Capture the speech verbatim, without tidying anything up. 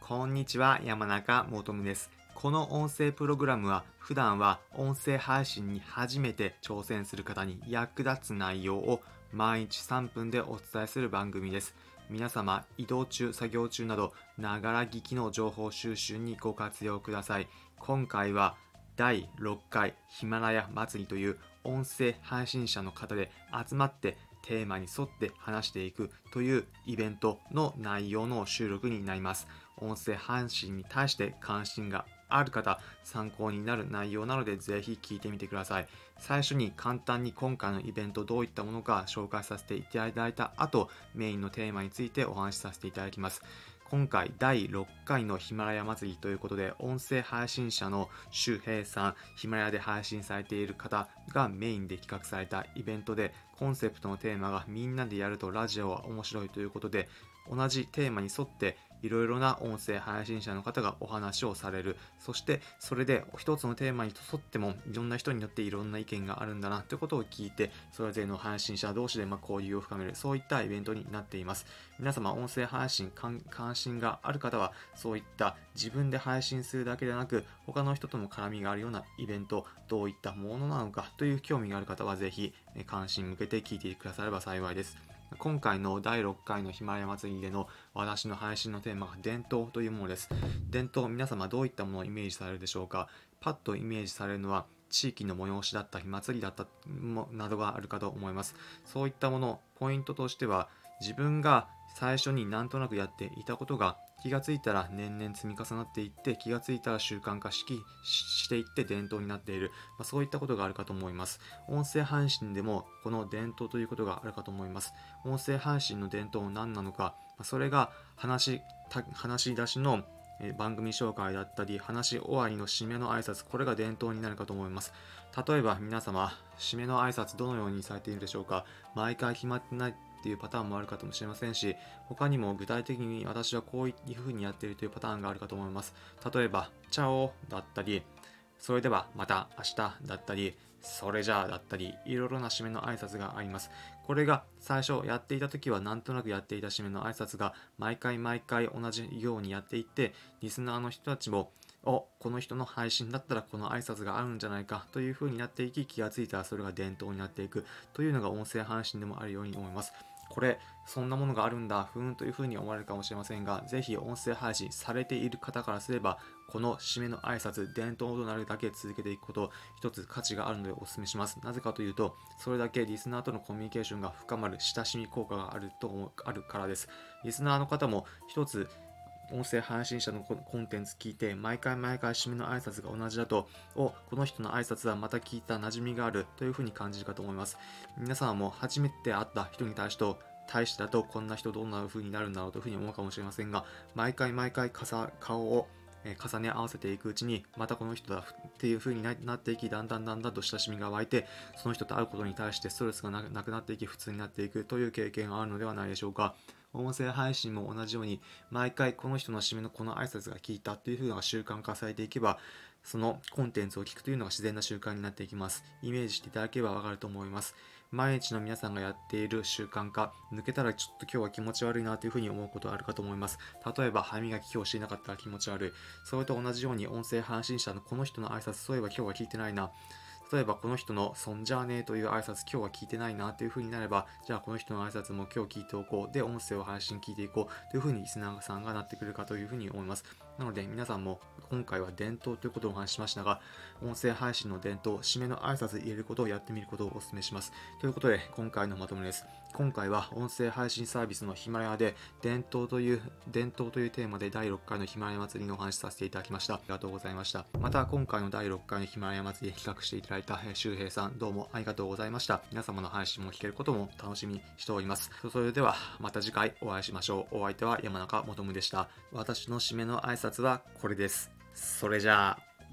こんにちは、山中もとむです。この音声プログラムは普段は音声配信に初めて挑戦する方に役立つ内容を毎日さんぷんでお伝えする番組です。皆様、移動中、作業中など、ながら聞きの情報収集にご活用ください。今回はだいろっかいヒマラヤ祭りという音声配信者の方で集まってテーマに沿って話していくというイベントの内容の収録になります。音声配信に対して関心がある方、参考になる内容なのでぜひ聞いてみてください。最初に簡単に今回のイベントどういったものか紹介させていただいた後、メインのテーマについてお話しさせていただきます。今回だいろっかいのヒマラヤ祭りということで、音声配信者の周平さん、ヒマラヤで配信されている方がメインで企画されたイベントで、コンセプトのテーマがみんなでやるとラジオは面白いということで、同じテーマに沿っていろいろな音声配信者の方がお話をされる。そしてそれで一つのテーマに沿ってもいろんな人によっていろんな意見があるんだなということを聞いて、それぞれの配信者同士でまあ交流を深める、そういったイベントになっています。皆様音声配信関心がある方は、そういった自分で配信するだけでなく他の人とも絡みがあるようなイベント、どういったものなのかという興味がある方はぜひ関心向けて聞いてくだされば幸いです。今回のだいろっかいのヒマラヤ祭りでの私の配信のテーマが伝統というものです。伝統、皆様どういったものをイメージされるでしょうか。パッとイメージされるのは地域の催しだったり祭りだったなどがあるかと思います。そういったもの、ポイントとしては自分が最初になんとなくやっていたことが気がついたら年々積み重なっていって、気がついたら習慣化ししていって伝統になっている、まあ、そういったことがあるかと思います。音声配信でもこの伝統ということがあるかと思います。音声配信の伝統は何なのか、それが話話し出しの番組紹介だったり、話し終わりの締めの挨拶、これが伝統になるかと思います。例えば皆様、締めの挨拶どのようにされているでしょうか。毎回決まってないっていうパターンもあるかもしれませんし、他にも具体的に私はこういう風にやっているというパターンがあるかと思います。例えば、チャオだったり、それではまた明日だったり、それじゃあだったり、いろいろな締めの挨拶があります。これが最初やっていた時はなんとなくやっていた締めの挨拶が毎回毎回同じようにやっていって、リスナーの人たちもお、この人の配信だったらこの挨拶があるんじゃないかという風になっていき、気がついたらそれが伝統になっていくというのが音声配信でもあるように思います。これ、そんなものがあるんだ、ふーんという風に思われるかもしれませんが、ぜひ音声配信されている方からすれば、この締めの挨拶、伝統となるだけ続けていくこと、一つ価値があるのでお勧めします。なぜかというと、それだけリスナーとのコミュニケーションが深まる、親しみ効果があるとあるからです。リスナーの方も一つ、音声配信者のコンテンツ聞いて毎回毎回締めの挨拶が同じだと、お、この人の挨拶はまた聞いた馴染みがあるというふうに感じるかと思います。皆さんも初めて会った人に対して対してだとこんな人どんな風になるんだろうというふうに思うかもしれませんが、毎回毎回顔を重ね合わせていくうちにまたこの人だっていう風になっていき、だんだんだんだんと親しみが湧いて、その人と会うことに対してストレスがなくなっていき、普通になっていくという経験があるのではないでしょうか。音声配信も同じように毎回この人の締めのこの挨拶が効いたという風な習慣化されていけば、そのコンテンツを聞くというのが自然な習慣になっていきます。イメージしていただければわかると思います。毎日の皆さんがやっている習慣化、抜けたらちょっと今日は気持ち悪いなというふうに思うことがあるかと思います。例えば歯磨き今日していなかったら気持ち悪い。それと同じように音声配信者のこの人の挨拶、そういえば今日は聞いてないな。例えばこの人のそんじゃあねえという挨拶今日は聞いてないなという風になれば、じゃあこの人の挨拶も今日聞いておこう。で、音声を配信聞いていこうという風にリスナーさんがなってくるかという風に思います。なので皆さんも今回は伝統ということをお話ししましたが、音声配信の伝統、締めの挨拶入れることをやってみることをお勧めします。ということで今回のまとめです。今回は音声配信サービスのヒマラヤで伝統という伝統というテーマでだいろっかいのヒマラヤ祭りのお話しさせていただきました。ありがとうございました。また今回のだいろっかいのヒマラヤ祭りで企画していただいた周平さん、どうもありがとうございました。皆様の配信も聞けることも楽しみにしております。それではまた次回お会いしましょう。お相手は山中もとむでした。私の締めの挨拶はこれです。それじゃあ。